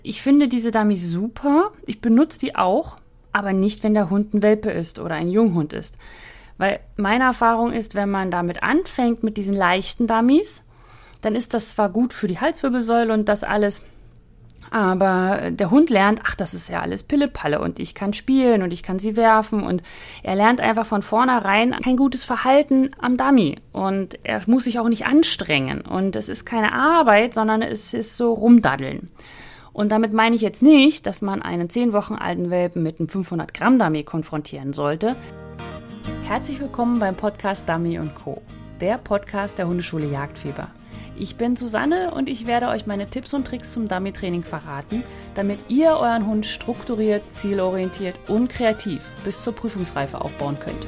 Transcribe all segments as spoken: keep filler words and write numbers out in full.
Ich finde diese Dummies super, ich benutze die auch, aber nicht, wenn der Hund ein Welpe ist oder ein Junghund ist. Weil meine Erfahrung ist, wenn man damit anfängt mit diesen leichten Dummies, dann ist das zwar gut für die Halswirbelsäule und das alles, aber der Hund lernt, ach, das ist ja alles Pille-Palle und ich kann spielen und ich kann sie werfen und er lernt einfach von vornherein kein gutes Verhalten am Dummy und er muss sich auch nicht anstrengen und es ist keine Arbeit, sondern es ist so rumdaddeln. Und damit meine ich jetzt nicht, dass man einen zehn Wochen alten Welpen mit einem fünfhundert Gramm Dummy konfrontieren sollte. Herzlich willkommen beim Podcast Dummy und Co., der Podcast der Hundeschule Jagdfieber. Ich bin Susanne und ich werde euch meine Tipps und Tricks zum Dummy-Training verraten, damit ihr euren Hund strukturiert, zielorientiert und kreativ bis zur Prüfungsreife aufbauen könnt.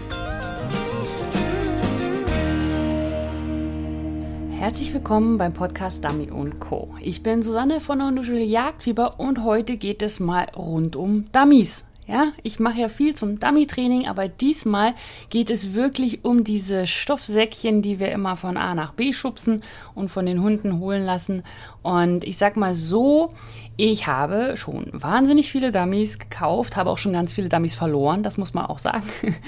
Herzlich willkommen beim Podcast Dummy und Co. Ich bin Susanne von der Hundeschule Jagdfieber und heute geht es mal rund um Dummies. Ja, ich mache ja viel zum Dummy-Training, aber diesmal geht es wirklich um diese Stoffsäckchen, die wir immer von A nach B schubsen und von den Hunden holen lassen. Und ich sag mal so, ich habe schon wahnsinnig viele Dummies gekauft, habe auch schon ganz viele Dummies verloren, das muss man auch sagen.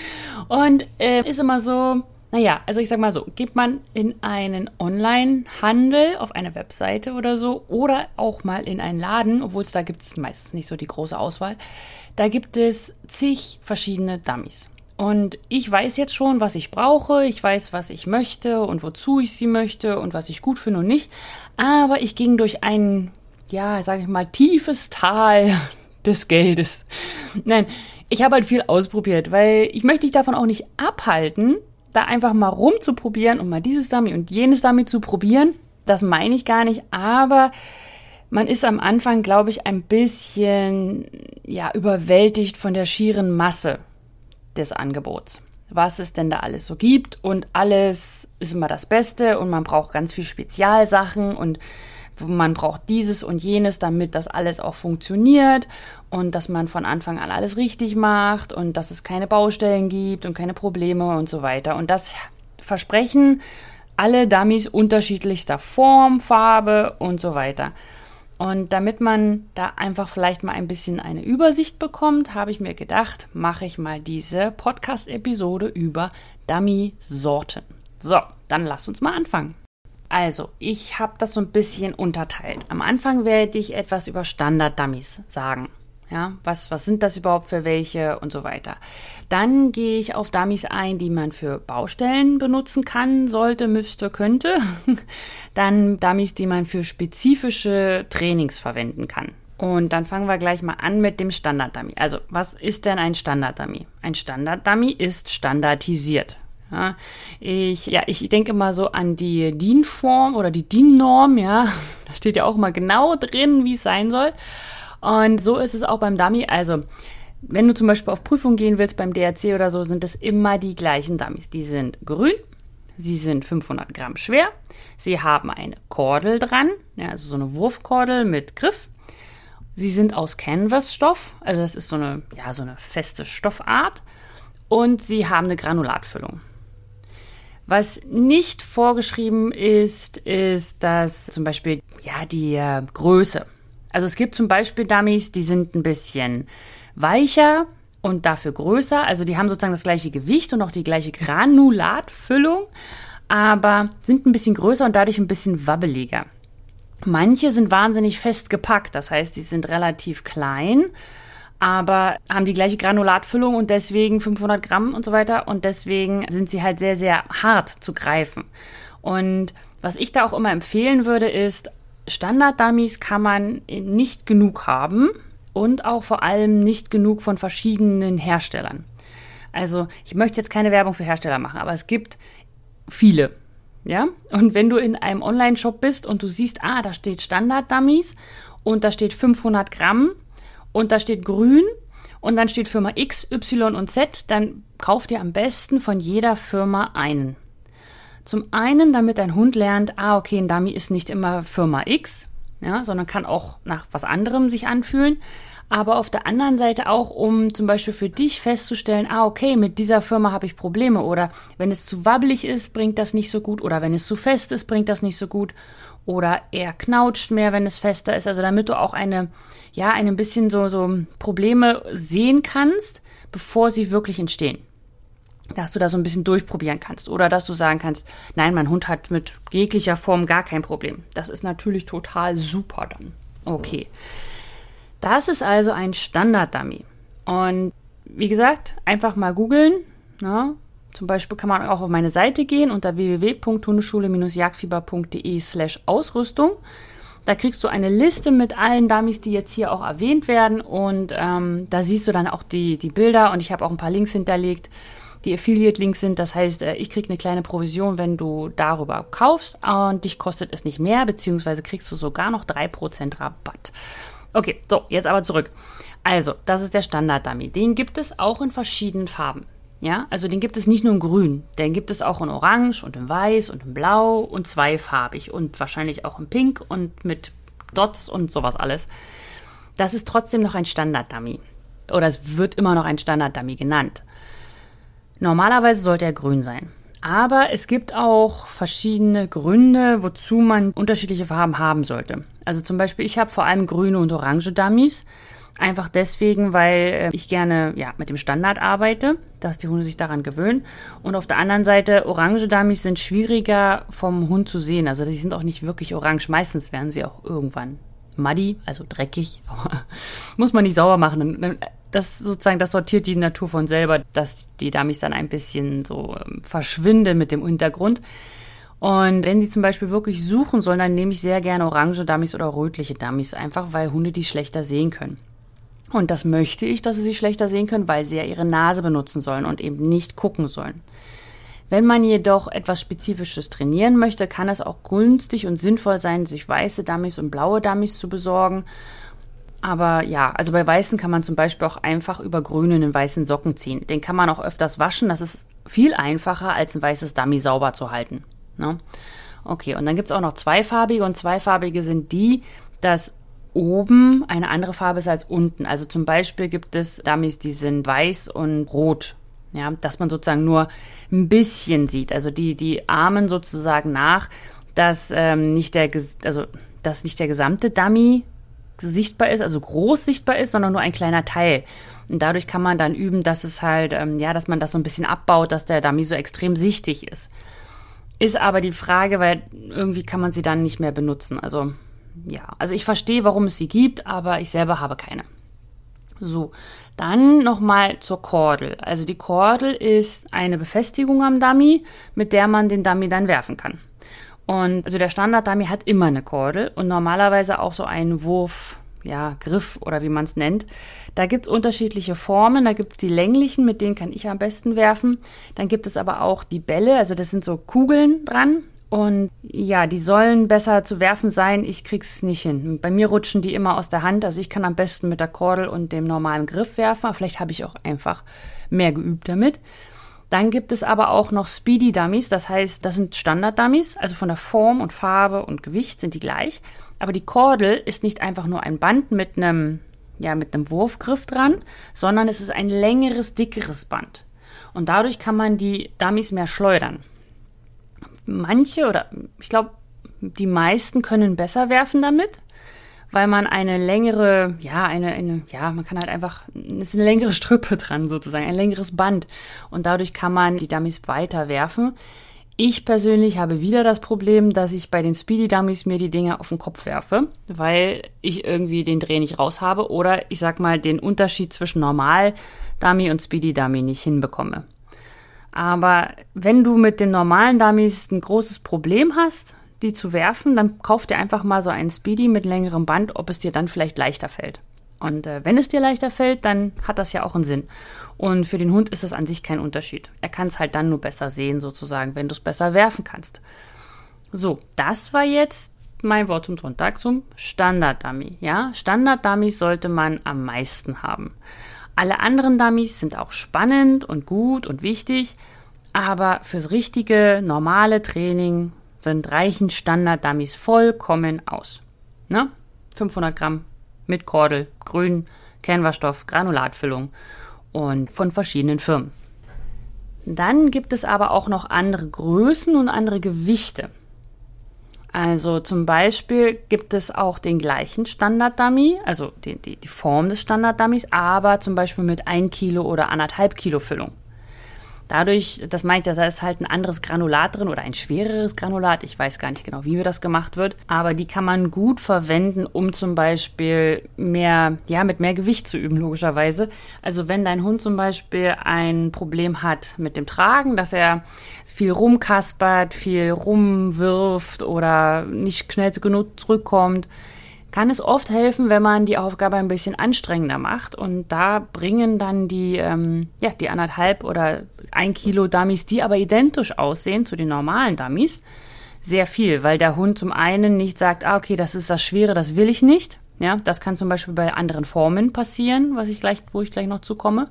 Und äh, ist immer so, naja, also ich sag mal so, geht man in einen Online-Handel, auf eine Webseite oder so, oder auch mal in einen Laden, obwohl es da gibt es meistens nicht so die große Auswahl. Da gibt es zig verschiedene Dummies. Und ich weiß jetzt schon, was ich brauche. Ich weiß, was ich möchte und wozu ich sie möchte und was ich gut finde und nicht. Aber ich ging durch ein, ja, sage ich mal, tiefes Tal des Geldes. Nein, ich habe halt viel ausprobiert, weil ich möchte dich davon auch nicht abhalten, da einfach mal rumzuprobieren und mal dieses Dummy und jenes Dummy zu probieren. Das meine ich gar nicht, aber man ist am Anfang, glaube ich, ein bisschen ja, überwältigt von der schieren Masse des Angebots. Was es denn da alles so gibt und alles ist immer das Beste und man braucht ganz viel Spezialsachen und man braucht dieses und jenes, damit das alles auch funktioniert und dass man von Anfang an alles richtig macht und dass es keine Baustellen gibt und keine Probleme und so weiter. Und das versprechen alle Dummies unterschiedlichster Form, Farbe und so weiter. Und damit man da einfach vielleicht mal ein bisschen eine Übersicht bekommt, habe ich mir gedacht, mache ich mal diese Podcast-Episode über Dummy-Sorten. So, dann lasst uns mal anfangen. Also, ich habe das so ein bisschen unterteilt. Am Anfang werde ich etwas über Standard-Dummies sagen. Ja, was, was sind das überhaupt für welche und so weiter. Dann gehe ich auf Dummies ein, die man für Baustellen benutzen kann, sollte, müsste, könnte. Dann Dummies, die man für spezifische Trainings verwenden kann. Und dann fangen wir gleich mal an mit dem Standard-Dummy. Also, was ist denn ein Standard-Dummy? Ein Standard-Dummy ist standardisiert. Ja, ich, ja, ich denke immer so an die D I N-Form oder die D I N-Norm, ja. Da steht ja auch mal genau drin, wie es sein soll. Und so ist es auch beim Dummy. Also, wenn du zum Beispiel auf Prüfung gehen willst beim D R C oder so, sind es immer die gleichen Dummies. Die sind grün, sie sind fünfhundert Gramm schwer, sie haben eine Kordel dran, ja, also so eine Wurfkordel mit Griff. Sie sind aus Canvas-Stoff, also das ist so eine, ja, so eine feste Stoffart. Und sie haben eine Granulatfüllung. Was nicht vorgeschrieben ist, ist, dass zum Beispiel ja, die äh, Größe. Also es gibt zum Beispiel Dummies, die sind ein bisschen weicher und dafür größer. Also die haben sozusagen das gleiche Gewicht und auch die gleiche Granulatfüllung, aber sind ein bisschen größer und dadurch ein bisschen wabbeliger. Manche sind wahnsinnig fest gepackt, das heißt, die sind relativ klein, aber haben die gleiche Granulatfüllung und deswegen fünfhundert Gramm und so weiter und deswegen sind sie halt sehr, sehr hart zu greifen. Und was ich da auch immer empfehlen würde, ist, Standard-Dummies kann man nicht genug haben und auch vor allem nicht genug von verschiedenen Herstellern. Also ich möchte jetzt keine Werbung für Hersteller machen, aber es gibt viele. Ja? Und wenn du in einem Online-Shop bist und du siehst, ah, da steht Standard-Dummies und da steht fünfhundert Gramm und da steht grün und dann steht Firma X, Y und Z, dann kauf dir am besten von jeder Firma einen. Zum einen, damit dein Hund lernt, ah, okay, ein Dummy ist nicht immer Firma X, ja, sondern kann auch nach was anderem sich anfühlen. Aber auf der anderen Seite auch, um zum Beispiel für dich festzustellen, ah, okay, mit dieser Firma habe ich Probleme. Oder wenn es zu wabbelig ist, bringt das nicht so gut. Oder wenn es zu fest ist, bringt das nicht so gut. Oder eher knautscht mehr, wenn es fester ist. Also damit du auch eine, ja, ein bisschen so, so Probleme sehen kannst, bevor sie wirklich entstehen. Dass du da so ein bisschen durchprobieren kannst. Oder dass du sagen kannst, nein, mein Hund hat mit jeglicher Form gar kein Problem. Das ist natürlich total super dann. Okay. Das ist also ein Standard-Dummy. Und wie gesagt, einfach mal googeln. Ne? Zum Beispiel kann man auch auf meine Seite gehen unter w w w punkt hundeschule Bindestrich jagdfieber punkt d e slash Ausrüstung. Da kriegst du eine Liste mit allen Dummies, die jetzt hier auch erwähnt werden. Und ähm, da siehst du dann auch die, die Bilder. Und ich habe auch ein paar Links hinterlegt, die Affiliate-Links sind. Das heißt, ich kriege eine kleine Provision, wenn du darüber kaufst. Und dich kostet es nicht mehr, beziehungsweise kriegst du sogar noch drei Prozent Rabatt. Okay, so, jetzt aber zurück. Also, das ist der Standard-Dummy. Den gibt es auch in verschiedenen Farben. Ja, also den gibt es nicht nur in grün, den gibt es auch in orange und in weiß und in blau und zweifarbig und wahrscheinlich auch in pink und mit Dots und sowas alles. Das ist trotzdem noch ein Standard-Dummy. Oder es wird immer noch ein Standard-Dummy genannt. Normalerweise sollte er grün sein. Aber es gibt auch verschiedene Gründe, wozu man unterschiedliche Farben haben sollte. Also zum Beispiel, ich habe vor allem grüne und orange Dummies. Einfach deswegen, weil ich gerne ja, mit dem Standard arbeite, dass die Hunde sich daran gewöhnen. Und auf der anderen Seite, orange Dummies sind schwieriger vom Hund zu sehen. Also die sind auch nicht wirklich orange. Meistens werden sie auch irgendwann muddy, also dreckig. Muss man nicht sauber machen. Das sozusagen, das sortiert die Natur von selber, dass die Dummies dann ein bisschen so verschwinden mit dem Hintergrund. Und wenn sie zum Beispiel wirklich suchen sollen, dann nehme ich sehr gerne orange Dummies oder rötliche Dummies, einfach weil Hunde die schlechter sehen können. Und das möchte ich, dass sie sie schlechter sehen können, weil sie ja ihre Nase benutzen sollen und eben nicht gucken sollen. Wenn man jedoch etwas Spezifisches trainieren möchte, kann es auch günstig und sinnvoll sein, sich weiße Dummies und blaue Dummies zu besorgen. Aber ja, also bei weißen kann man zum Beispiel auch einfach über grüne einen weißen Socken ziehen. Den kann man auch öfters waschen. Das ist viel einfacher, als ein weißes Dummy sauber zu halten. Ne? Okay, und dann gibt es auch noch zweifarbige. Und zweifarbige sind die, dass oben eine andere Farbe ist als unten. Also zum Beispiel gibt es Dummies, die sind weiß und rot. Ja, dass man sozusagen nur ein bisschen sieht. Also die, die ahmen sozusagen nach, dass ähm, nicht der, also dass nicht der gesamte Dummy sichtbar ist, also groß sichtbar ist, sondern nur ein kleiner Teil. Und dadurch kann man dann üben, dass es halt, ähm, ja, dass man das so ein bisschen abbaut, dass der Dummy so extrem sichtig ist. Ist aber die Frage, weil irgendwie kann man sie dann nicht mehr benutzen. Also, ja, also ich verstehe, warum es sie gibt, aber ich selber habe keine. So, dann nochmal zur Kordel. Also die Kordel ist eine Befestigung am Dummy, mit der man den Dummy dann werfen kann. Und also der Standard-Dummy hat immer eine Kordel und normalerweise auch so einen Wurf, ja, Griff oder wie man es nennt. Da gibt es unterschiedliche Formen. Da gibt es die länglichen, mit denen kann ich am besten werfen. Dann gibt es aber auch die Bälle, also das sind so Kugeln dran. Und ja, die sollen besser zu werfen sein. Ich krieg's nicht hin. Bei mir rutschen die immer aus der Hand. Also ich kann am besten mit der Kordel und dem normalen Griff werfen. Aber vielleicht habe ich auch einfach mehr geübt damit. Dann gibt es aber auch noch Speedy Dummies. Das heißt, das sind Standard-Dummies. Also von der Form und Farbe und Gewicht sind die gleich. Aber die Kordel ist nicht einfach nur ein Band mit einem, ja, mit einem Wurfgriff dran, sondern es ist ein längeres, dickeres Band. Und dadurch kann man die Dummies mehr schleudern. Manche oder ich glaube, die meisten können besser werfen damit, weil man eine längere, ja, eine, eine, ja, man kann halt einfach, es ist eine längere Strippe dran sozusagen, ein längeres Band. Und dadurch kann man die Dummies weiter werfen. Ich persönlich habe wieder das Problem, dass ich bei den Speedy Dummies mir die Dinger auf den Kopf werfe, weil ich irgendwie den Dreh nicht raus habe oder ich sag mal den Unterschied zwischen Normal Dummy und Speedy Dummy nicht hinbekomme. Aber wenn du mit den normalen Dummies ein großes Problem hast, die zu werfen, dann kauf dir einfach mal so einen Speedy mit längerem Band, ob es dir dann vielleicht leichter fällt. Und äh, wenn es dir leichter fällt, dann hat das ja auch einen Sinn. Und für den Hund ist das an sich kein Unterschied. Er kann es halt dann nur besser sehen, sozusagen, wenn du es besser werfen kannst. So, das war jetzt mein Wort zum Sonntag zum Standard-Dummy. Ja, Standard-Dummies sollte man am meisten haben. Alle anderen Dummies sind auch spannend und gut und wichtig, aber fürs richtige, normale Training sind reichen Standard-Dummies vollkommen aus. Ne? fünfhundert Gramm mit Kordel, grün, Kernwasserstoff, Granulatfüllung und von verschiedenen Firmen. Dann gibt es aber auch noch andere Größen und andere Gewichte. Also zum Beispiel gibt es auch den gleichen Standard-Dummy, also die, die, die Form des Standard-Dummies, aber zum Beispiel mit ein Kilo oder anderthalb Kilo Füllung. Dadurch, das meint ja, da ist halt ein anderes Granulat drin oder ein schwereres Granulat. Ich weiß gar nicht genau, wie das gemacht wird. Aber die kann man gut verwenden, um zum Beispiel mehr, ja, mit mehr Gewicht zu üben, logischerweise. Also wenn dein Hund zum Beispiel ein Problem hat mit dem Tragen, dass er viel rumkaspert, viel rumwirft oder nicht schnell genug zurückkommt, kann es oft helfen, wenn man die Aufgabe ein bisschen anstrengender macht. Und da bringen dann die, ähm, ja, die anderthalb oder ein Kilo Dummies, die aber identisch aussehen zu den normalen Dummies, sehr viel, weil der Hund zum einen nicht sagt, ah, okay, das ist das Schwere, das will ich nicht. Ja, das kann zum Beispiel bei anderen Formen passieren, was ich gleich, wo ich gleich noch zukomme.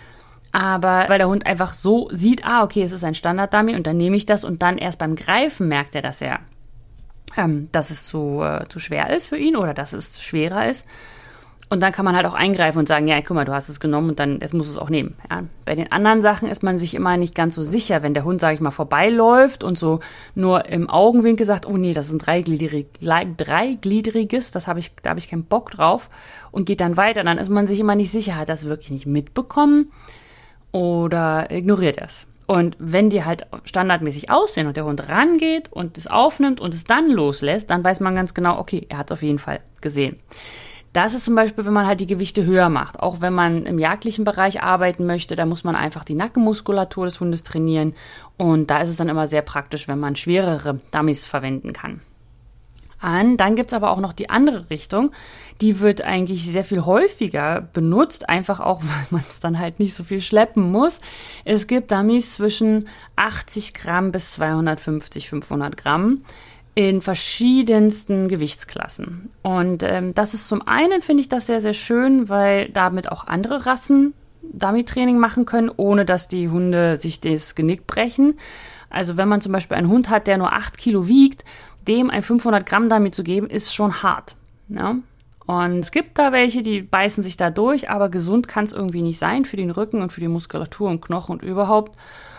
Aber weil der Hund einfach so sieht, ah, okay, es ist ein Standard-Dummy und dann nehme ich das und dann erst beim Greifen merkt er, dass er Ähm, dass es zu, äh, zu schwer ist für ihn oder dass es schwerer ist. Und dann kann man halt auch eingreifen und sagen, ja, guck mal, du hast es genommen und dann jetzt musst du es auch nehmen. Ja. Bei den anderen Sachen ist man sich immer nicht ganz so sicher, wenn der Hund, sage ich mal, vorbeiläuft und so nur im Augenwinkel sagt, oh nee, das ist ein dreigliedrig, dreigliedriges, das habe ich, da habe ich keinen Bock drauf und geht dann weiter. Dann ist man sich immer nicht sicher, hat er das wirklich nicht mitbekommen oder ignoriert er es. Und wenn die halt standardmäßig aussehen und der Hund rangeht und es aufnimmt und es dann loslässt, dann weiß man ganz genau, okay, er hat es auf jeden Fall gesehen. Das ist zum Beispiel, wenn man halt die Gewichte höher macht. Auch wenn man im jagdlichen Bereich arbeiten möchte, da muss man einfach die Nackenmuskulatur des Hundes trainieren. Und da ist es dann immer sehr praktisch, wenn man schwerere Dummies verwenden kann. An. Dann gibt es aber auch noch die andere Richtung. Die wird eigentlich sehr viel häufiger benutzt, einfach auch, weil man es dann halt nicht so viel schleppen muss. Es gibt Dummies zwischen achtzig Gramm bis zweihundertfünfzig, fünfhundert Gramm in verschiedensten Gewichtsklassen. Und ähm, das ist zum einen, finde ich das sehr, sehr schön, weil damit auch andere Rassen Dummy-Training machen können, ohne dass die Hunde sich das Genick brechen. Also wenn man zum Beispiel einen Hund hat, der nur acht Kilo wiegt, dem ein fünfhundert Gramm Dummy zu geben, ist schon hart. Ja? Und es gibt da welche, die beißen sich da durch, aber gesund kann es irgendwie nicht sein für den Rücken und für die Muskulatur und Knochen und überhaupt.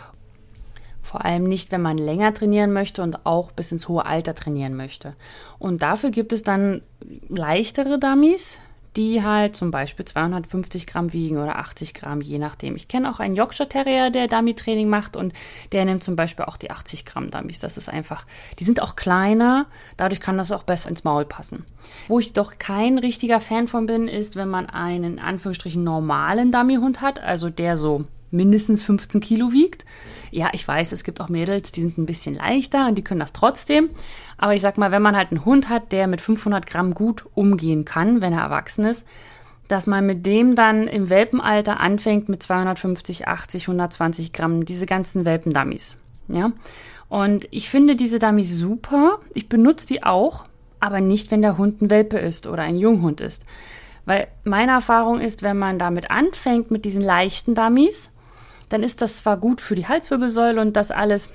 Vor allem nicht, wenn man länger trainieren möchte und auch bis ins hohe Alter trainieren möchte. Und dafür gibt es dann leichtere Dummies, die halt zum Beispiel zweihundertfünfzig Gramm wiegen oder achtzig Gramm, je nachdem. Ich kenne auch einen Yorkshire Terrier, der Dummy-Training macht und der nimmt zum Beispiel auch die achtzig Gramm Dummies. Das ist einfach, die sind auch kleiner, dadurch kann das auch besser ins Maul passen. Wo ich doch kein richtiger Fan von bin, ist, wenn man einen in Anführungsstrichen normalen Dummy-Hund hat, also der so mindestens fünfzehn Kilo wiegt. Ja, ich weiß, es gibt auch Mädels, die sind ein bisschen leichter und die können das trotzdem. Aber ich sag mal, wenn man halt einen Hund hat, der mit fünfhundert Gramm gut umgehen kann, wenn er erwachsen ist, dass man mit dem dann im Welpenalter anfängt mit zweihundertfünfzig, achtzig, hundertzwanzig Gramm, diese ganzen Welpendummies. Ja? Und ich finde diese Dummies super. Ich benutze die auch, aber nicht, wenn der Hund ein Welpe ist oder ein Junghund ist. Weil meine Erfahrung ist, wenn man damit anfängt mit diesen leichten Dummies, dann ist das zwar gut für die Halswirbelsäule und das alles,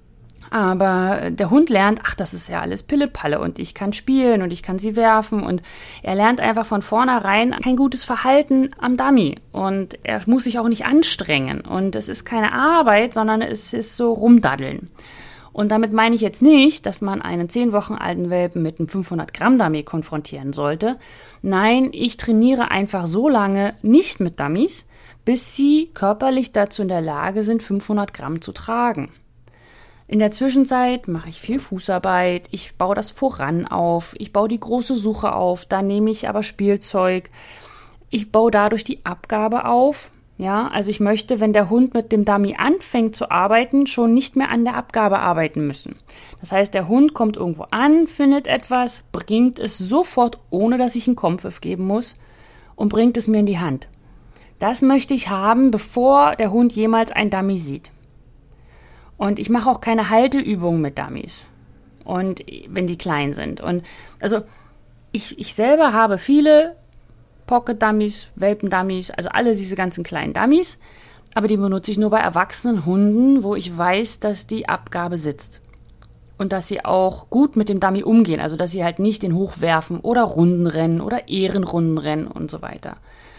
aber der Hund lernt, ach, das ist ja alles Pillepalle und ich kann spielen und ich kann sie werfen und er lernt einfach von vornherein kein gutes Verhalten am Dummy und er muss sich auch nicht anstrengen und es ist keine Arbeit, sondern es ist so rumdaddeln. Und damit meine ich jetzt nicht, dass man einen zehn Wochen alten Welpen mit einem fünfhundert Gramm Dummy konfrontieren sollte. Nein, ich trainiere einfach so lange nicht mit Dummies, bis sie körperlich dazu in der Lage sind, fünfhundert Gramm zu tragen. In der Zwischenzeit mache ich viel Fußarbeit, ich baue das Voran auf, ich baue die große Suche auf, da nehme ich aber Spielzeug, ich baue dadurch die Abgabe auf. Ja, also ich möchte, wenn der Hund mit dem Dummy anfängt zu arbeiten, schon nicht mehr an der Abgabe arbeiten müssen. Das heißt, der Hund kommt irgendwo an, findet etwas, bringt es sofort, ohne dass ich einen Kompfiff geben muss, und bringt es mir in die Hand. Das möchte ich haben, bevor der Hund jemals ein Dummy sieht. Und ich mache auch keine Halteübungen mit Dummies. Und wenn die klein sind. Und also ich, ich selber habe viele Pocket-Dummies, Welpen-Dummies, also alle diese ganzen kleinen Dummies. Aber die benutze ich nur bei erwachsenen Hunden, wo ich weiß, dass die Abgabe sitzt. Und dass sie auch gut mit dem Dummy umgehen, also dass sie halt nicht den hochwerfen oder Rundenrennen oder Ehrenrundenrennen und so weiter.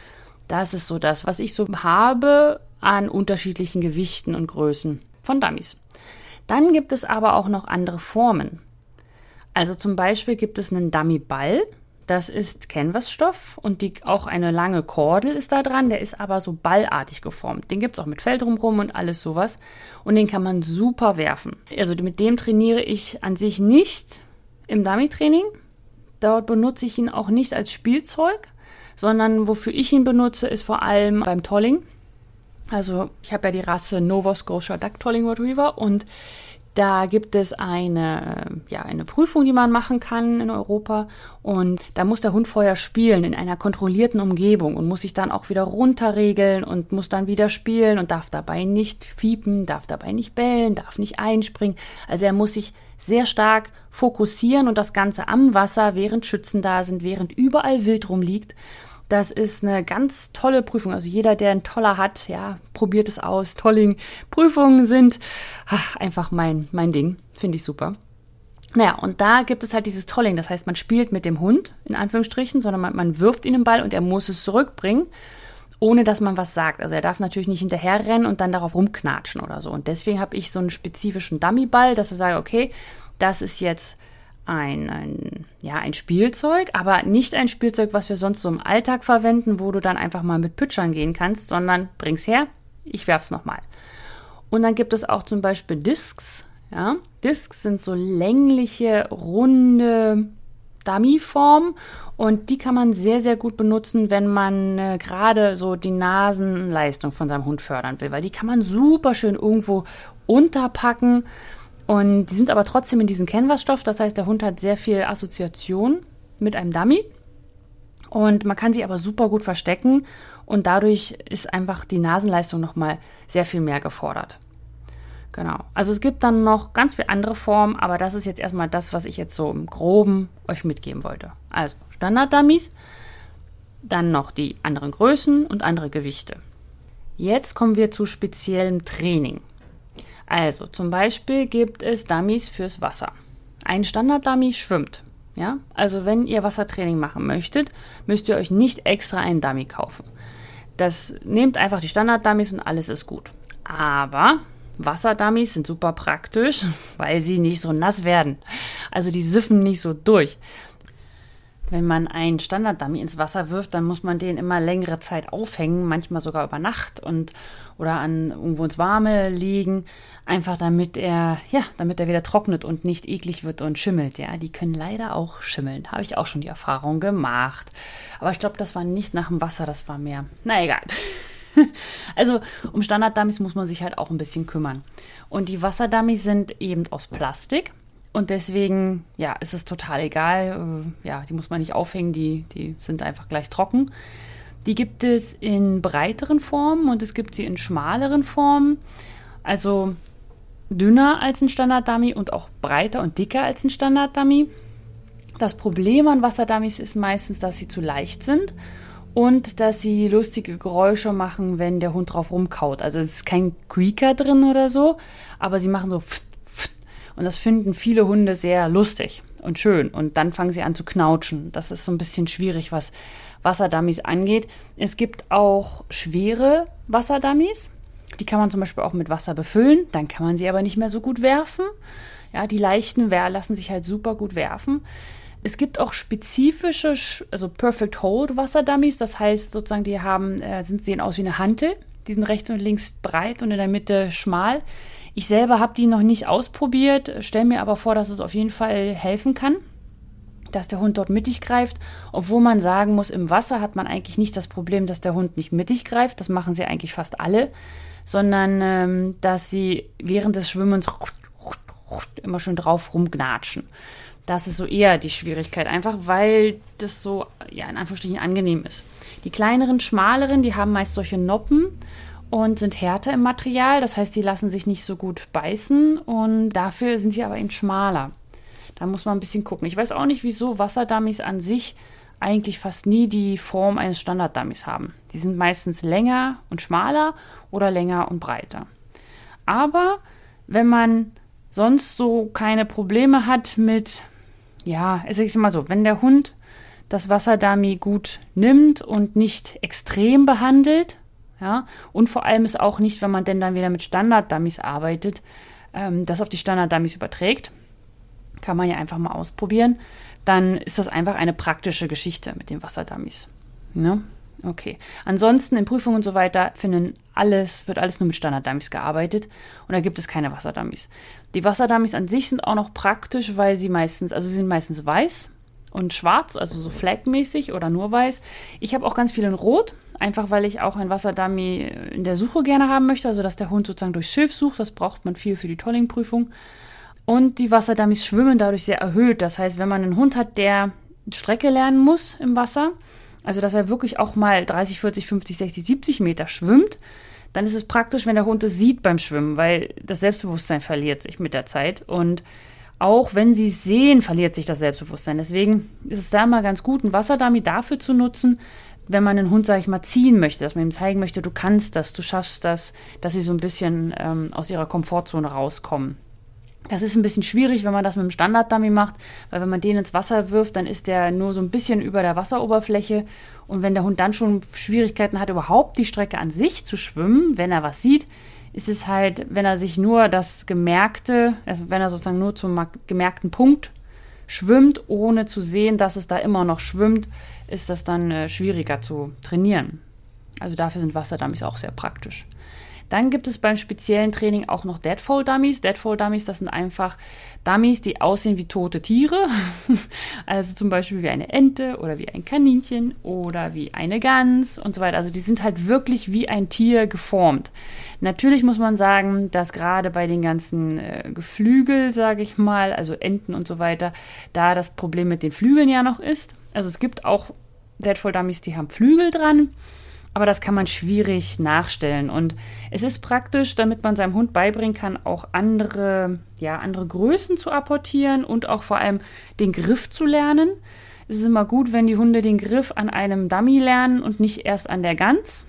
Das ist so das, was ich so habe an unterschiedlichen Gewichten und Größen von Dummies. Dann gibt es aber auch noch andere Formen. Also zum Beispiel gibt es einen Dummy-Ball. Das ist Canvasstoff und die, auch eine lange Kordel ist da dran. Der ist aber so ballartig geformt. Den gibt es auch mit Fell drumherum und alles sowas. Und den kann man super werfen. Also mit dem trainiere ich an sich nicht im Dummy-Training. Dort benutze ich ihn auch nicht als Spielzeug, sondern wofür ich ihn benutze, ist vor allem beim Tolling. Also ich habe ja die Rasse Nova Scotia Duck Tolling Retriever und da gibt es eine, ja, eine Prüfung, die man machen kann in Europa und da muss der Hund vorher spielen in einer kontrollierten Umgebung und muss sich dann auch wieder runterregeln und muss dann wieder spielen und darf dabei nicht fiepen, darf dabei nicht bellen, darf nicht einspringen. Also er muss sich sehr stark fokussieren und das Ganze am Wasser, während Schützen da sind, während überall Wild rumliegt. Das ist eine ganz tolle Prüfung. Also jeder, der einen Toller hat, ja, probiert es aus. Tolling-Prüfungen sind ach, einfach mein, mein Ding. Finde ich super. Naja, und da gibt es halt dieses Tolling. Das heißt, man spielt mit dem Hund, in Anführungsstrichen, sondern man, man wirft ihn den Ball und er muss es zurückbringen, ohne dass man was sagt. Also er darf natürlich nicht hinterherrennen und dann darauf rumknatschen oder so. Und deswegen habe ich so einen spezifischen Dummy-Ball, dass ich sage, okay, das ist jetzt Ein, ein, ja, ein Spielzeug, aber nicht ein Spielzeug, was wir sonst so im Alltag verwenden, wo du dann einfach mal mit Pütschern gehen kannst, sondern bring's her, ich werf's nochmal. Und dann gibt es auch zum Beispiel Discs. Ja? Discs sind so längliche, runde Dummy-Formen und die kann man sehr, sehr gut benutzen, wenn man äh, gerade so die Nasenleistung von seinem Hund fördern will, weil die kann man super schön irgendwo unterpacken. Und die sind aber trotzdem in diesem Canvasstoff, das heißt, der Hund hat sehr viel Assoziation mit einem Dummy und man kann sie aber super gut verstecken und dadurch ist einfach die Nasenleistung nochmal sehr viel mehr gefordert. Genau, also es gibt dann noch ganz viele andere Formen, aber das ist jetzt erstmal das, was ich jetzt so im Groben euch mitgeben wollte. Also Standard-Dummies, dann noch die anderen Größen und andere Gewichte. Jetzt kommen wir zu speziellem Training. Also zum Beispiel gibt es Dummies fürs Wasser. Ein Standard-Dummy schwimmt. Ja? Also wenn ihr Wassertraining machen möchtet, müsst ihr euch nicht extra einen Dummy kaufen. Das nehmt einfach die Standard-Dummies und alles ist gut. Aber Wasserdummies sind super praktisch, weil sie nicht so nass werden. Also die siffen nicht so durch. Wenn man einen Standard-Dummy ins Wasser wirft, dann muss man den immer längere Zeit aufhängen, manchmal sogar über Nacht und oder an irgendwo ins Warme legen, einfach damit er, ja, damit er wieder trocknet und nicht eklig wird und schimmelt. Ja, die können leider auch schimmeln. Habe ich auch schon die Erfahrung gemacht. Aber ich glaube, das war nicht nach dem Wasser, das war mehr. Na egal. Also um Standard-Dummies muss man sich halt auch ein bisschen kümmern. Und die Wasserdummies sind eben aus Plastik. Und deswegen, ja, ist es total egal. Ja, die muss man nicht aufhängen, die, die sind einfach gleich trocken. Die gibt es in breiteren Formen und es gibt sie in schmaleren Formen. Also dünner als ein Standard-Dummy und auch breiter und dicker als ein Standard-Dummy. Das Problem an Wasserdummies ist meistens, dass sie zu leicht sind und dass sie lustige Geräusche machen, wenn der Hund drauf rumkaut. Also es ist kein Quieker drin oder so, aber sie machen so pft, pft. Und das finden viele Hunde sehr lustig und schön. Und dann fangen sie an zu knautschen. Das ist so ein bisschen schwierig, was Wasserdummies angeht. Es gibt auch schwere Wasserdummies. Die kann man zum Beispiel auch mit Wasser befüllen. Dann kann man sie aber nicht mehr so gut werfen. Ja, die leichten lassen sich halt super gut werfen. Es gibt auch spezifische, also Perfect Hold Wasserdummies. Das heißt sozusagen, die haben, äh, sind, sehen aus wie eine Hantel. Die sind rechts und links breit und in der Mitte schmal. Ich selber habe die noch nicht ausprobiert, stelle mir aber vor, dass es auf jeden Fall helfen kann, dass der Hund dort mittig greift. Obwohl man sagen muss, im Wasser hat man eigentlich nicht das Problem, dass der Hund nicht mittig greift. Das machen sie eigentlich fast alle. Sondern ähm, dass sie während des Schwimmens immer schön drauf rumgnatschen. Das ist so eher die Schwierigkeit, einfach weil das so, ja, in Anführungsstrichen angenehm ist. Die kleineren, schmaleren, die haben meist solche Noppen und sind härter im Material. Das heißt, die lassen sich nicht so gut beißen und dafür sind sie aber eben schmaler. Da muss man ein bisschen gucken. Ich weiß auch nicht, wieso Wasserdummies an sich eigentlich fast nie die Form eines Standard-Dummies haben. Die sind meistens länger und schmaler oder länger und breiter. Aber wenn man sonst so keine Probleme hat mit, ja, also ich sag mal so, wenn der Hund das Wasserdummy gut nimmt und nicht extrem behandelt, ja, und vor allem ist auch nicht, wenn man denn dann wieder mit Standard-Dummies arbeitet, ähm, das auf die Standard-Dummies überträgt, kann man ja einfach mal ausprobieren, dann ist das einfach eine praktische Geschichte mit den Wasserdummies. Ne? Okay. Ansonsten in Prüfungen und so weiter finden alles, wird alles nur mit Standard-Dummies gearbeitet und da gibt es keine Wasserdummies. Die Wasserdummies an sich sind auch noch praktisch, weil sie meistens, also sie sind meistens weiß und schwarz, also so flagmäßig oder nur weiß. Ich habe auch ganz viel in Rot, einfach weil ich auch ein Wasserdummy in der Suche gerne haben möchte, also dass der Hund sozusagen durchs Schilf sucht. Das braucht man viel für die Tolling-Prüfung. Und die Wasserdummies schwimmen dadurch sehr erhöht. Das heißt, wenn man einen Hund hat, der Strecke lernen muss im Wasser, also dass er wirklich auch mal dreißig, vierzig, fünfzig, sechzig, siebzig Meter schwimmt, dann ist es praktisch, wenn der Hund es sieht beim Schwimmen, weil das Selbstbewusstsein verliert sich mit der Zeit. Und auch wenn sie es sehen, verliert sich das Selbstbewusstsein. Deswegen ist es da mal ganz gut, einen Wasserdummy dafür zu nutzen, wenn man einen Hund, sage ich mal, ziehen möchte, dass man ihm zeigen möchte, du kannst das, du schaffst das, dass sie so ein bisschen ähm, aus ihrer Komfortzone rauskommen. Das ist ein bisschen schwierig, wenn man das mit dem Standard-Dummy macht, weil wenn man den ins Wasser wirft, dann ist der nur so ein bisschen über der Wasseroberfläche. Und wenn der Hund dann schon Schwierigkeiten hat, überhaupt die Strecke an sich zu schwimmen, wenn er was sieht, ist es halt, wenn er sich nur das Gemerkte, also wenn er sozusagen nur zum gemerkten Punkt schwimmt, ohne zu sehen, dass es da immer noch schwimmt, ist das dann äh, schwieriger zu trainieren. Also dafür sind Wasserdummies auch sehr praktisch. Dann gibt es beim speziellen Training auch noch Deadfall-Dummies. Deadfall-Dummies, das sind einfach Dummies, die aussehen wie tote Tiere. Also zum Beispiel wie eine Ente oder wie ein Kaninchen oder wie eine Gans und so weiter. Also die sind halt wirklich wie ein Tier geformt. Natürlich muss man sagen, dass gerade bei den ganzen äh, Geflügel, sage ich mal, also Enten und so weiter, da das Problem mit den Flügeln ja noch ist. Also es gibt auch Deadfall-Dummies, die haben Flügel dran. Aber das kann man schwierig nachstellen. Und es ist praktisch, damit man seinem Hund beibringen kann, auch andere, ja, andere Größen zu apportieren und auch vor allem den Griff zu lernen. Es ist immer gut, wenn die Hunde den Griff an einem Dummy lernen und nicht erst an der Gans.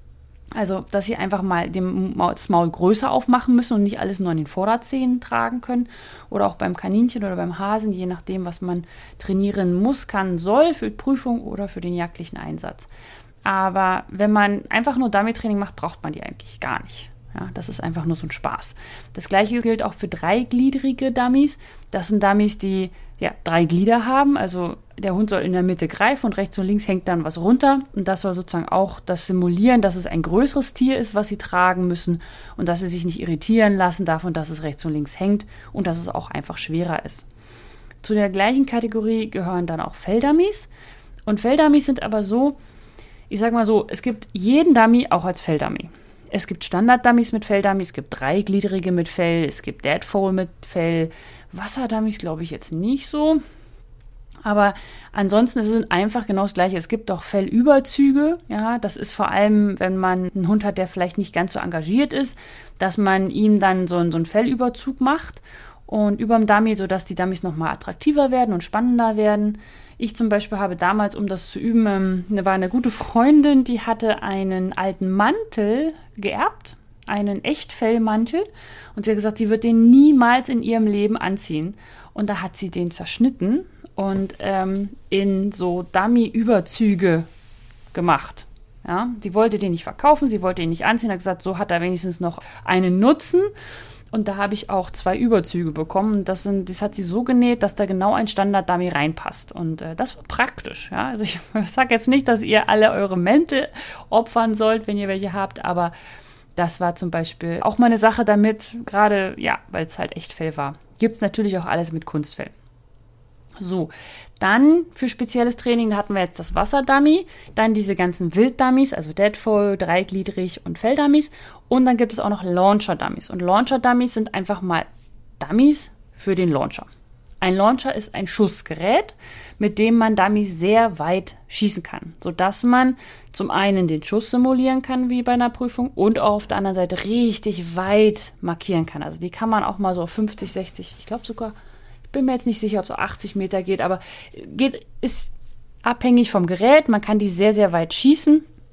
Also, dass sie einfach mal dem Maul, das Maul größer aufmachen müssen und nicht alles nur an den Vorderzähnen tragen können. Oder auch beim Kaninchen oder beim Hasen, je nachdem, was man trainieren muss, kann, soll für die Prüfung oder für den jagdlichen Einsatz. Aber wenn man einfach nur Dummy-Training macht, braucht man die eigentlich gar nicht. Ja, das ist einfach nur so ein Spaß. Das gleiche gilt auch für dreigliedrige Dummies. Das sind Dummies, die ja, drei Glieder haben. Also der Hund soll in der Mitte greifen und rechts und links hängt dann was runter. Und das soll sozusagen auch das simulieren, dass es ein größeres Tier ist, was sie tragen müssen und dass sie sich nicht irritieren lassen davon, dass es rechts und links hängt und dass es auch einfach schwerer ist. Zu der gleichen Kategorie gehören dann auch Felldummies. Und Felldummies sind aber so, ich sag mal so, es gibt jeden Dummy auch als Felldummy. Es gibt Standard-Dummies mit Felldummy, es gibt dreigliedrige mit Fell, es gibt Deadfall mit Fell. Wasserdummies glaube ich jetzt nicht so. Aber ansonsten ist es einfach genau das Gleiche. Es gibt auch Fellüberzüge. Ja, das ist vor allem, wenn man einen Hund hat, der vielleicht nicht ganz so engagiert ist, dass man ihm dann so, so einen Fellüberzug macht und über dem Dummy, sodass die Dummies nochmal attraktiver werden und spannender werden. Ich zum Beispiel habe damals, um das zu üben, ähm, war eine gute Freundin, die hatte einen alten Mantel geerbt, einen Echtfellmantel. Und sie hat gesagt, sie wird den niemals in ihrem Leben anziehen. Und da hat sie den zerschnitten und ähm, in so Dummy-Überzüge gemacht. Ja, sie wollte den nicht verkaufen, sie wollte ihn nicht anziehen, hat gesagt, so hat er wenigstens noch einen Nutzen. Und da habe ich auch zwei Überzüge bekommen. Das, sind, das hat sie so genäht, dass da genau ein Standard-Dummy reinpasst. Und äh, das war praktisch. Ja? Also ich sage jetzt nicht, dass ihr alle eure Mäntel opfern sollt, wenn ihr welche habt. Aber das war zum Beispiel auch mal eine Sache damit, gerade, ja, weil es halt echt Fell war. Gibt es natürlich auch alles mit Kunstfell. So, dann für spezielles Training, da hatten wir jetzt das Wasserdummy, dann diese ganzen Wilddummies, also Deadfall, dreigliedrig und Felldummies und dann gibt es auch noch Launcher-Dummies. Und Launcher-Dummies sind einfach mal Dummies für den Launcher. Ein Launcher ist ein Schussgerät, mit dem man Dummies sehr weit schießen kann, sodass man zum einen den Schuss simulieren kann, wie bei einer Prüfung, und auch auf der anderen Seite richtig weit markieren kann. Also die kann man auch mal so auf fünfzig, sechzig, ich glaube sogar, bin mir jetzt nicht sicher, ob es so achtzig Meter geht, aber geht, ist abhängig vom Gerät. Man kann die sehr, sehr weit schießen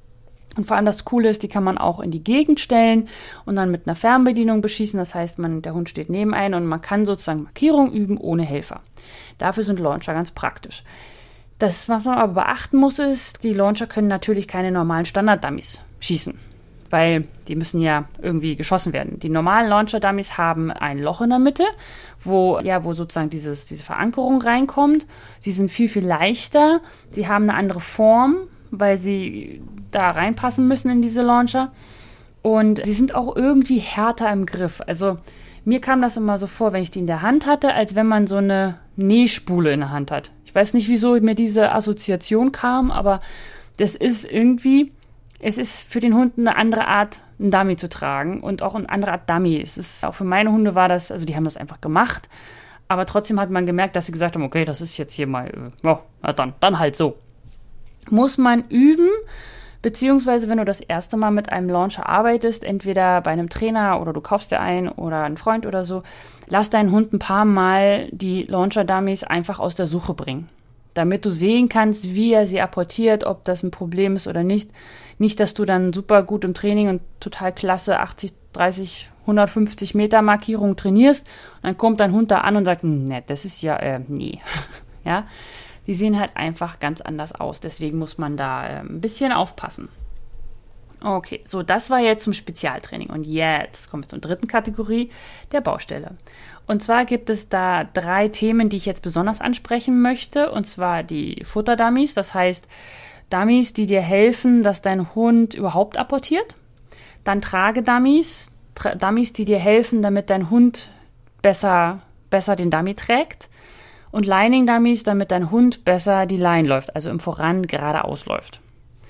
Und vor allem das Coole ist, die kann man auch in die Gegend stellen und dann mit einer Fernbedienung beschießen. Das heißt, man, der Hund steht neben einem und man kann sozusagen Markierungen üben ohne Helfer. Dafür sind Launcher ganz praktisch. Das, was man aber beachten muss, ist, die Launcher können natürlich keine normalen Standard-Dummies schießen, weil die müssen ja irgendwie geschossen werden. Die normalen Launcher-Dummies haben ein Loch in der Mitte, wo, ja, wo sozusagen dieses, diese Verankerung reinkommt. Sie sind viel, viel leichter. Sie haben eine andere Form, weil sie da reinpassen müssen in diese Launcher. Und sie sind auch irgendwie härter im Griff. Also mir kam das immer so vor, wenn ich die in der Hand hatte, als wenn man so eine Nähspule in der Hand hat. Ich weiß nicht, wieso mir diese Assoziation kam, aber das ist irgendwie, es ist für den Hund eine andere Art, einen Dummy zu tragen und auch eine andere Art Dummy. Es ist auch für meine Hunde war das, also die haben das einfach gemacht, aber trotzdem hat man gemerkt, dass sie gesagt haben, okay, das ist jetzt hier mal, ja, na dann, dann halt so. Muss man üben, beziehungsweise wenn du das erste Mal mit einem Launcher arbeitest, entweder bei einem Trainer oder du kaufst dir einen oder einen Freund oder so, lass deinen Hund ein paar Mal die Launcher-Dummies einfach aus der Suche bringen, damit du sehen kannst, wie er sie apportiert, ob das ein Problem ist oder nicht. Nicht, dass du dann super gut im Training und total klasse achtzig, dreißig, hundertfünfzig Meter Markierungen trainierst und dann kommt dein Hund da an und sagt, ne, das ist ja, äh, nee, ja. Die sehen halt einfach ganz anders aus. Deswegen muss man da äh, ein bisschen aufpassen. Okay, so das war jetzt zum Spezialtraining. Und jetzt kommen wir zur dritten Kategorie, der Baustelle. Und zwar gibt es da drei Themen, die ich jetzt besonders ansprechen möchte. Und zwar die Futterdummies, das heißt Dummies, die dir helfen, dass dein Hund überhaupt apportiert. Dann Tragedummies, Tra- Dummies, die dir helfen, damit dein Hund besser, besser den Dummy trägt. Und Lining-Dummies, damit dein Hund besser die Line läuft, also im Voran geradeaus läuft.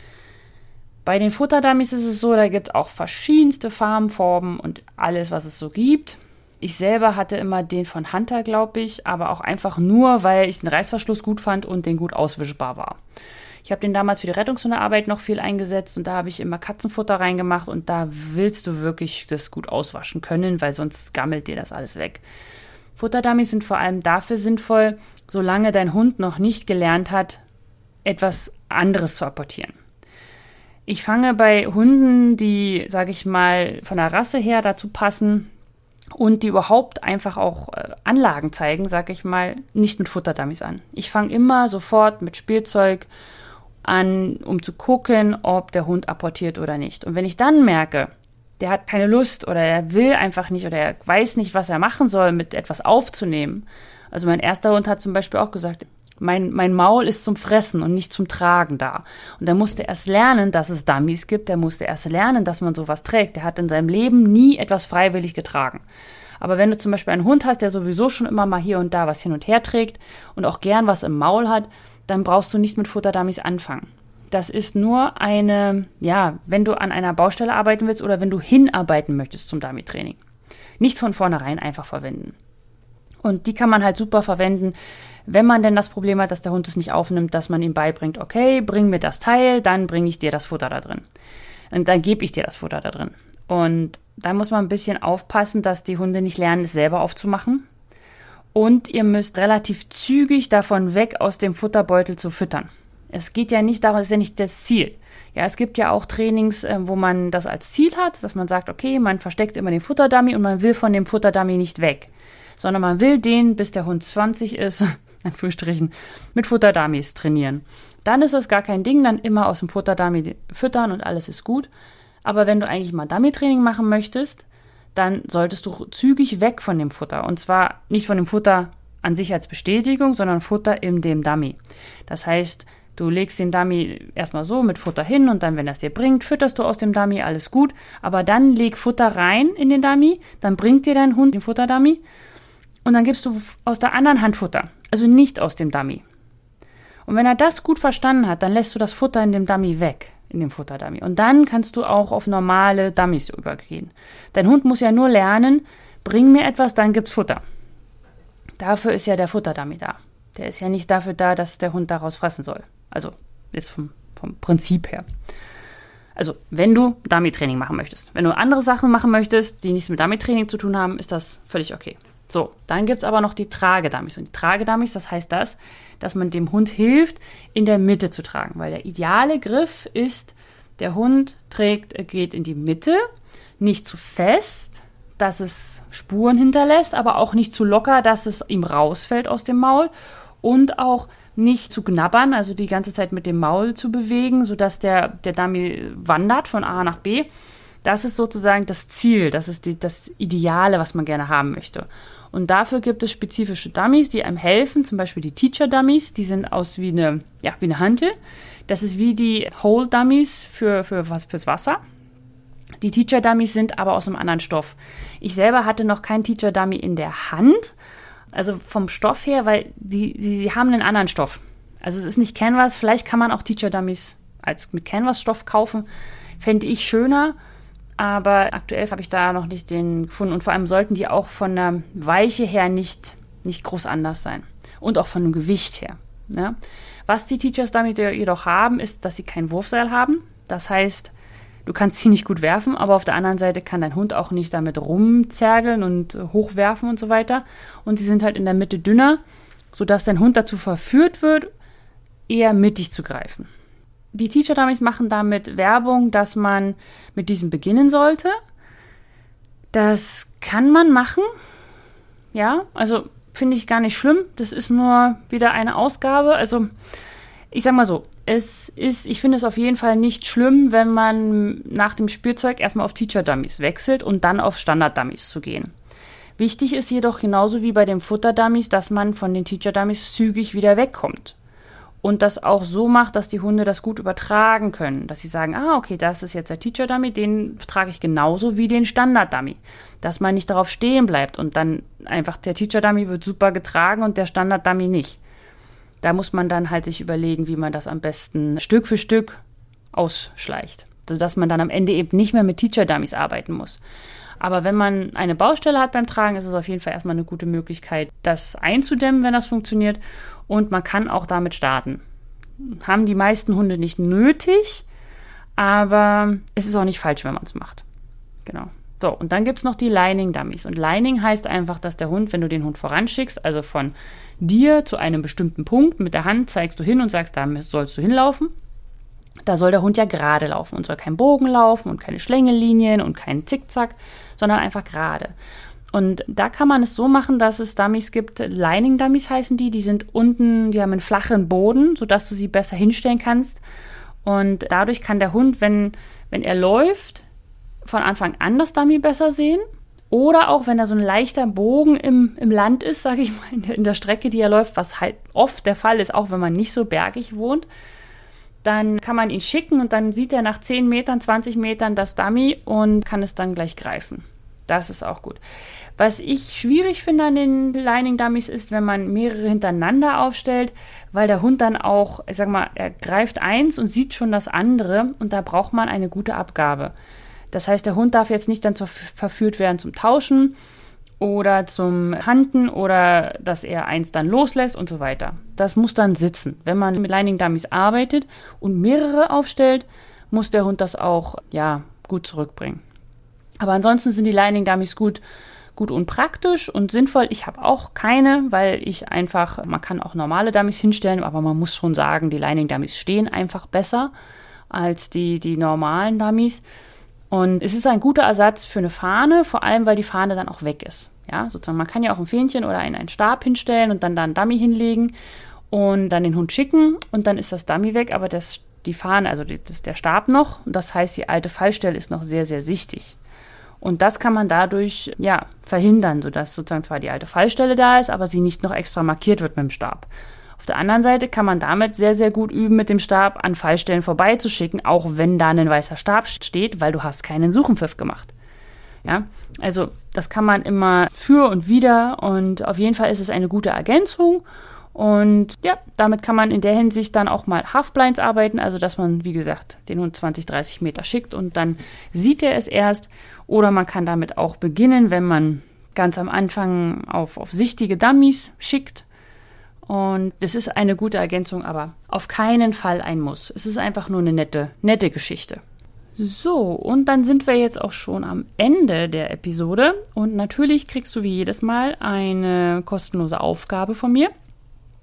Bei den Futterdummies ist es so, da gibt es auch verschiedenste Farben, Formen und alles, was es so gibt. Ich selber hatte immer den von Hunter, glaube ich, aber auch einfach nur, weil ich den Reißverschluss gut fand und den gut auswischbar war. Ich habe den damals für die Rettungshundearbeit noch viel eingesetzt und da habe ich immer Katzenfutter reingemacht und da willst du wirklich das gut auswaschen können, weil sonst gammelt dir das alles weg. Futterdummies sind vor allem dafür sinnvoll, solange dein Hund noch nicht gelernt hat, etwas anderes zu apportieren. Ich fange bei Hunden, die, sage ich mal, von der Rasse her dazu passen und die überhaupt einfach auch äh, Anlagen zeigen, sage ich mal, nicht mit Futterdummies an. Ich fange immer sofort mit Spielzeug an, um zu gucken, ob der Hund apportiert oder nicht. Und wenn ich dann merke, der hat keine Lust oder er will einfach nicht oder er weiß nicht, was er machen soll, mit etwas aufzunehmen. Also mein erster Hund hat zum Beispiel auch gesagt, mein, mein Maul ist zum Fressen und nicht zum Tragen da. Und er musste erst lernen, dass es Dummies gibt. Er musste erst lernen, dass man sowas trägt. Er hat in seinem Leben nie etwas freiwillig getragen. Aber wenn du zum Beispiel einen Hund hast, der sowieso schon immer mal hier und da was hin und her trägt und auch gern was im Maul hat, dann brauchst du nicht mit Futterdummies anfangen. Das ist nur eine, ja, wenn du an einer Baustelle arbeiten willst oder wenn du hinarbeiten möchtest zum Dummy-Training. Nicht von vornherein einfach verwenden. Und die kann man halt super verwenden, wenn man denn das Problem hat, dass der Hund es nicht aufnimmt, dass man ihm beibringt, okay, bring mir das Teil, dann bringe ich dir das Futter da drin. Und dann gebe ich dir das Futter da drin. Und da muss man ein bisschen aufpassen, dass die Hunde nicht lernen, es selber aufzumachen. Und ihr müsst relativ zügig davon weg, aus dem Futterbeutel zu füttern. Es geht ja nicht darum, es ist ja nicht das Ziel. Ja, es gibt ja auch Trainings, äh, wo man das als Ziel hat, dass man sagt, okay, man versteckt immer den Futterdummy und man will von dem Futterdummy nicht weg, sondern man will den, bis der Hund zwanzig ist, in Anführungsstrichen, mit Futterdummies trainieren. Dann ist das gar kein Ding, dann immer aus dem Futterdummy füttern und alles ist gut. Aber wenn du eigentlich mal Dummy-Training machen möchtest, dann solltest du zügig weg von dem Futter. Und zwar nicht von dem Futter an sich als Bestätigung, sondern Futter in dem Dummy. Das heißt, du legst den Dummy erstmal so mit Futter hin und dann, wenn das dir bringt, fütterst du aus dem Dummy, alles gut. Aber dann leg Futter rein in den Dummy, dann bringt dir dein Hund den Futterdummy und dann gibst du aus der anderen Hand Futter, also nicht aus dem Dummy. Und wenn er das gut verstanden hat, dann lässt du das Futter in dem Dummy weg, in dem Futterdummy. Und dann kannst du auch auf normale Dummies übergehen. Dein Hund muss ja nur lernen, bring mir etwas, dann gibt's Futter. Dafür ist ja der Futterdummy da. Der ist ja nicht dafür da, dass der Hund daraus fressen soll. Also ist vom, vom Prinzip her. Also wenn du Dummy-Training machen möchtest. Wenn du andere Sachen machen möchtest, die nichts mit Dummy-Training zu tun haben, ist das völlig okay. So, dann gibt es aber noch die Tragedummies. Und die Tragedummies, das heißt das, dass man dem Hund hilft, in der Mitte zu tragen. Weil der ideale Griff ist, Der Hund trägt, geht in die Mitte, nicht zu fest, dass es Spuren hinterlässt, aber auch nicht zu locker, dass es ihm rausfällt aus dem Maul und auch nicht zu knabbern, also die ganze Zeit mit dem Maul zu bewegen, sodass der, der Dummy wandert von A nach B. Das ist sozusagen das Ziel, das ist die, das Ideale, was man gerne haben möchte. Und dafür gibt es spezifische Dummies, die einem helfen, zum Beispiel die Teacher-Dummies, die sind aus wie eine, ja, wie eine Hantel. Das ist wie die Hole-Dummies für, für was, fürs Wasser. Die Teacher-Dummies sind aber aus einem anderen Stoff. Ich selber hatte noch kein Teacher-Dummy in der Hand, also vom Stoff her, weil die, sie, sie haben einen anderen Stoff. Also es ist nicht Canvas, vielleicht kann man auch Teacher-Dummies als mit Canvas-Stoff kaufen, fände ich schöner, aber aktuell habe ich da noch nicht den gefunden und vor allem sollten die auch von der Weiche her nicht, nicht groß anders sein und auch von dem Gewicht her. Ne? Was die Teachers-Dummies jedoch haben, ist, dass sie kein Wurfseil haben, das heißt, du kannst sie nicht gut werfen, aber auf der anderen Seite kann dein Hund auch nicht damit rumzergeln und hochwerfen und so weiter. Und sie sind halt in der Mitte dünner, sodass dein Hund dazu verführt wird, eher mittig zu greifen. Die Teacher-Dummies machen damit Werbung, dass man mit diesem beginnen sollte. Das kann man machen, ja, also finde ich gar nicht schlimm. Das ist nur wieder eine Ausgabe, also ich sag mal so, es ist, ich finde es auf jeden Fall nicht schlimm, wenn man nach dem Spielzeug erstmal auf Teacher-Dummies wechselt und dann auf Standard-Dummies zu gehen. Wichtig ist jedoch genauso wie bei den Futter-Dummies, dass man von den Teacher-Dummies zügig wieder wegkommt. Und das auch so macht, dass die Hunde das gut übertragen können. Dass sie sagen, ah, okay, das ist jetzt der Teacher-Dummy, den trage ich genauso wie den Standard-Dummy. Dass man nicht darauf stehen bleibt und dann einfach der Teacher-Dummy wird super getragen und der Standard-Dummy nicht. Da muss man dann halt sich überlegen, wie man das am besten Stück für Stück ausschleicht, sodass man dann am Ende eben nicht mehr mit Teacher-Dummies arbeiten muss. Aber wenn man eine Baustelle hat beim Tragen, ist es auf jeden Fall erstmal eine gute Möglichkeit, das einzudämmen, wenn das funktioniert. Und man kann auch damit starten. Haben die meisten Hunde nicht nötig, aber es ist auch nicht falsch, wenn man es macht. Genau. So, und dann gibt es noch die Lining-Dummies. Und Lining heißt einfach, dass der Hund, wenn du den Hund voranschickst, also von dir zu einem bestimmten Punkt, mit der Hand zeigst du hin und sagst, da sollst du hinlaufen. Da soll der Hund ja gerade laufen und soll kein Bogen laufen und keine Schlängellinien und keinen Zickzack, sondern einfach gerade. Und da kann man es so machen, dass es Dummies gibt, Lining-Dummies heißen die, die sind unten, die haben einen flachen Boden, sodass du sie besser hinstellen kannst. Und dadurch kann der Hund, wenn, wenn er läuft, von Anfang an das Dummy besser sehen. Oder auch, wenn da so ein leichter Bogen im, im Land ist, sage ich mal, in der, in der Strecke, die er läuft, was halt oft der Fall ist, auch wenn man nicht so bergig wohnt, dann kann man ihn schicken und dann sieht er nach zehn Metern, zwanzig Metern das Dummy und kann es dann gleich greifen. Das ist auch gut. Was ich schwierig finde an den Lining-Dummies ist, wenn man mehrere hintereinander aufstellt, weil der Hund dann auch, ich sag mal, er greift eins und sieht schon das andere und da braucht man eine gute Abgabe. Das heißt, der Hund darf jetzt nicht dann zu, verführt werden zum Tauschen oder zum Handen oder dass er eins dann loslässt und so weiter. Das muss dann sitzen. Wenn man mit Lining-Dummies arbeitet und mehrere aufstellt, muss der Hund das auch, ja, gut zurückbringen. Aber ansonsten sind die Lining-Dummies gut, gut und praktisch und sinnvoll. Ich habe auch keine, weil ich einfach, man kann auch normale Dummies hinstellen, aber man muss schon sagen, die Lining-Dummies stehen einfach besser als die, die normalen Dummies. Und es ist ein guter Ersatz für eine Fahne, vor allem, weil die Fahne dann auch weg ist. Ja, sozusagen, man kann ja auch ein Fähnchen oder einen, einen Stab hinstellen und dann da einen Dummy hinlegen und dann den Hund schicken und dann ist das Dummy weg, aber das, die Fahne, also die, das, der Stab noch, und das heißt, die alte Fallstelle ist noch sehr, sehr sichtig. Und das kann man dadurch, ja, verhindern, sodass sozusagen zwar die alte Fallstelle da ist, aber sie nicht noch extra markiert wird mit dem Stab. Auf der anderen Seite kann man damit sehr, sehr gut üben, mit dem Stab an Fallstellen vorbeizuschicken, auch wenn da ein weißer Stab steht, weil du hast keinen Suchenpfiff gemacht. Ja, also das kann man immer für und wieder und auf jeden Fall ist es eine gute Ergänzung. Und ja, damit kann man in der Hinsicht dann auch mal Halfblinds arbeiten, also dass man, wie gesagt, den Hund zwanzig, dreißig Meter schickt und dann sieht er es erst. Oder man kann damit auch beginnen, wenn man ganz am Anfang auf, auf sichtige Dummies schickt. Und das ist eine gute Ergänzung, aber auf keinen Fall ein Muss. Es ist einfach nur eine nette, nette Geschichte. So, und dann sind wir jetzt auch schon am Ende der Episode. Und natürlich kriegst du wie jedes Mal eine kostenlose Aufgabe von mir.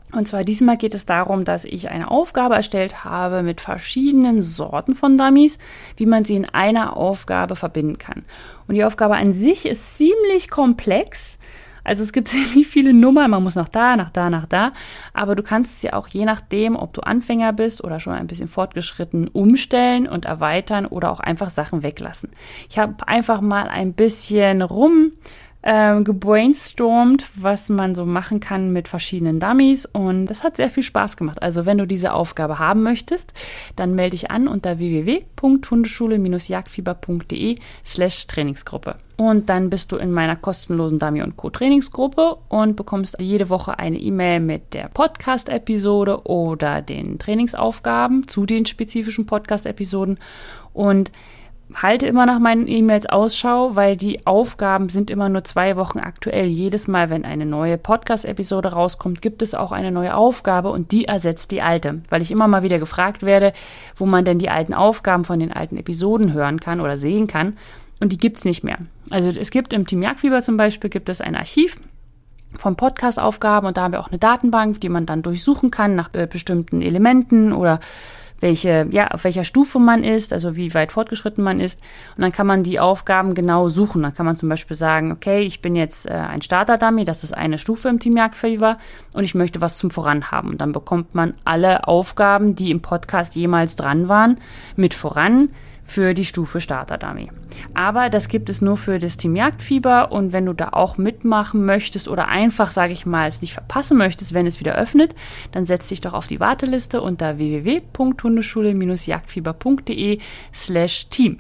Und zwar diesmal geht es darum, dass ich eine Aufgabe erstellt habe mit verschiedenen Sorten von Dummies, wie man sie in einer Aufgabe verbinden kann. Und die Aufgabe an sich ist ziemlich komplex. Also es gibt ziemlich viele Nummern, man muss nach da, nach da, nach da. Aber du kannst sie auch je nachdem, ob du Anfänger bist oder schon ein bisschen fortgeschritten, umstellen und erweitern oder auch einfach Sachen weglassen. Ich habe einfach mal ein bisschen rum Ähm, gebrainstormt, was man so machen kann mit verschiedenen Dummies und das hat sehr viel Spaß gemacht. Also wenn du diese Aufgabe haben möchtest, dann melde dich an unter w w w punkt hundeschule Bindestrich jagdfieber punkt d e slash Trainingsgruppe. Und dann bist du in meiner kostenlosen Dummy und Co. Trainingsgruppe und bekommst jede Woche eine E-Mail mit der Podcast-Episode oder den Trainingsaufgaben zu den spezifischen Podcast-Episoden und halte immer nach meinen E-Mails Ausschau, weil die Aufgaben sind immer nur zwei Wochen aktuell. Jedes Mal, wenn eine neue Podcast-Episode rauskommt, gibt es auch eine neue Aufgabe und die ersetzt die alte. Weil ich immer mal wieder gefragt werde, wo man denn die alten Aufgaben von den alten Episoden hören kann oder sehen kann. Und die gibt's nicht mehr. Also es gibt im Team Jagdfieber zum Beispiel, gibt es ein Archiv von Podcast-Aufgaben und da haben wir auch eine Datenbank, die man dann durchsuchen kann nach äh, bestimmten Elementen oder welche, ja, auf welcher Stufe man ist, also wie weit fortgeschritten man ist. Und dann kann man die Aufgaben genau suchen. Dann kann man zum Beispiel sagen, okay, ich bin jetzt äh, ein Starter-Dummy, das ist eine Stufe im Team Jagdfieber und ich möchte was zum Voran haben. Und dann bekommt man alle Aufgaben, die im Podcast jemals dran waren, mit voran für die Stufe Starter-Dummy. Aber das gibt es nur für das Team Jagdfieber und wenn du da auch mitmachen möchtest oder einfach, sage ich mal, es nicht verpassen möchtest, wenn es wieder öffnet, dann setz dich doch auf die Warteliste unter w w w punkt hundeschule Bindestrich jagdfieber punkt d e slash team.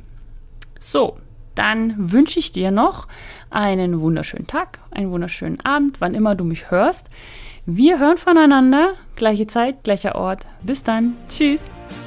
So, dann wünsche ich dir noch einen wunderschönen Tag, einen wunderschönen Abend, wann immer du mich hörst. Wir hören voneinander, gleiche Zeit, gleicher Ort. Bis dann. Tschüss.